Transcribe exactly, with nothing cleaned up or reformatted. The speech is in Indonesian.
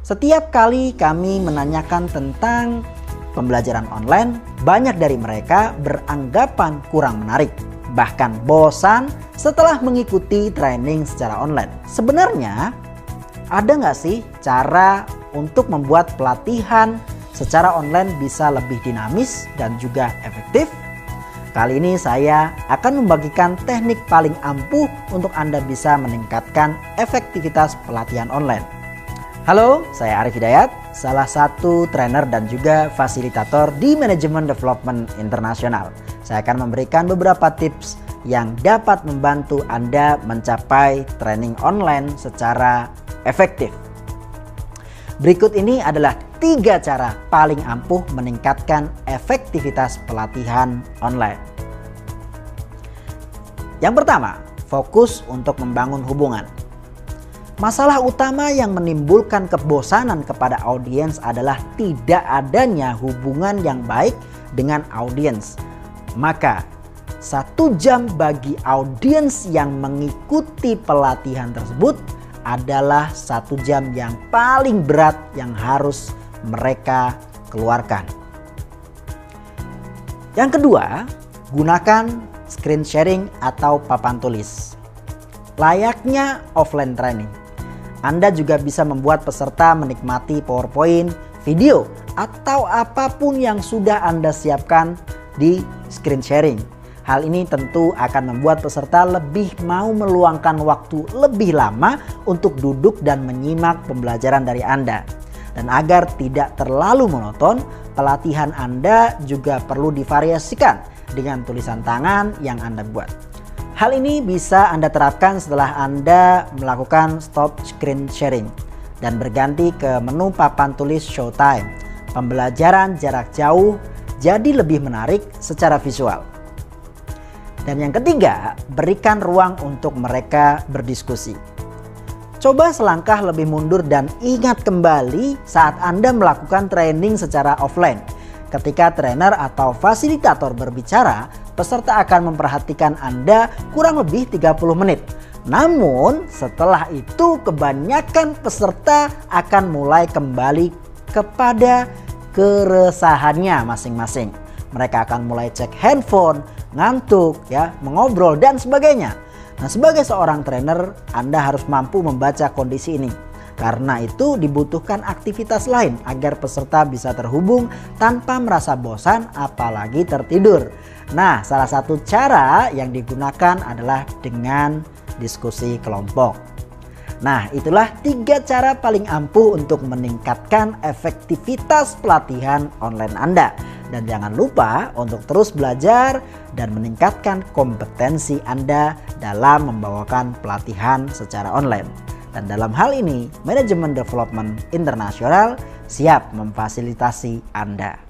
Setiap kali kami menanyakan tentang pembelajaran online, banyak dari mereka beranggapan kurang menarik, bahkan bosan setelah mengikuti training secara online. Sebenarnya, ada nggak sih cara untuk membuat pelatihan secara online bisa lebih dinamis dan juga efektif? Kali ini saya akan membagikan teknik paling ampuh untuk Anda bisa meningkatkan efektivitas pelatihan online. Halo, saya Arif Hidayat, salah satu trainer dan juga fasilitator di Manajemen Development Internasional. Saya akan memberikan beberapa tips yang dapat membantu Anda mencapai training online secara efektif. Berikut ini adalah tiga cara paling ampuh meningkatkan efektivitas pelatihan online. Yang pertama, fokus untuk membangun hubungan. Masalah utama yang menimbulkan kebosanan kepada audiens adalah tidak adanya hubungan yang baik dengan audiens. Maka, satu jam bagi audiens yang mengikuti pelatihan tersebut adalah satu jam yang paling berat yang harus mereka keluarkan. Yang kedua, gunakan screen sharing atau papan tulis. Layaknya offline training, Anda juga bisa membuat peserta menikmati PowerPoint, video, atau apapun yang sudah Anda siapkan di screen sharing. Hal ini tentu akan membuat peserta lebih mau meluangkan waktu lebih lama untuk duduk dan menyimak pembelajaran dari Anda. Dan agar tidak terlalu monoton, pelatihan Anda juga perlu divariasikan dengan tulisan tangan yang Anda buat. Hal ini bisa Anda terapkan setelah Anda melakukan stop screen sharing dan berganti ke menu papan tulis Showtime. Pembelajaran jarak jauh jadi lebih menarik secara visual. Dan yang ketiga, berikan ruang untuk mereka berdiskusi. Coba selangkah lebih mundur dan ingat kembali saat Anda melakukan training secara offline. Ketika trainer atau fasilitator berbicara, peserta akan memperhatikan Anda kurang lebih tiga puluh menit. Namun setelah itu kebanyakan peserta akan mulai kembali kepada keresahannya masing-masing. Mereka akan mulai cek handphone, ngantuk, ya, mengobrol dan sebagainya. Nah, sebagai seorang trainer, Anda harus mampu membaca kondisi ini. Karena itu dibutuhkan aktivitas lain agar peserta bisa terhubung tanpa merasa bosan apalagi tertidur. Nah, salah satu cara yang digunakan adalah dengan diskusi kelompok. Nah, itulah tiga cara paling ampuh untuk meningkatkan efektivitas pelatihan online Anda. Dan jangan lupa untuk terus belajar dan meningkatkan kompetensi Anda dalam membawakan pelatihan secara online. Dan dalam hal ini, Manajemen Development Internasional siap memfasilitasi Anda.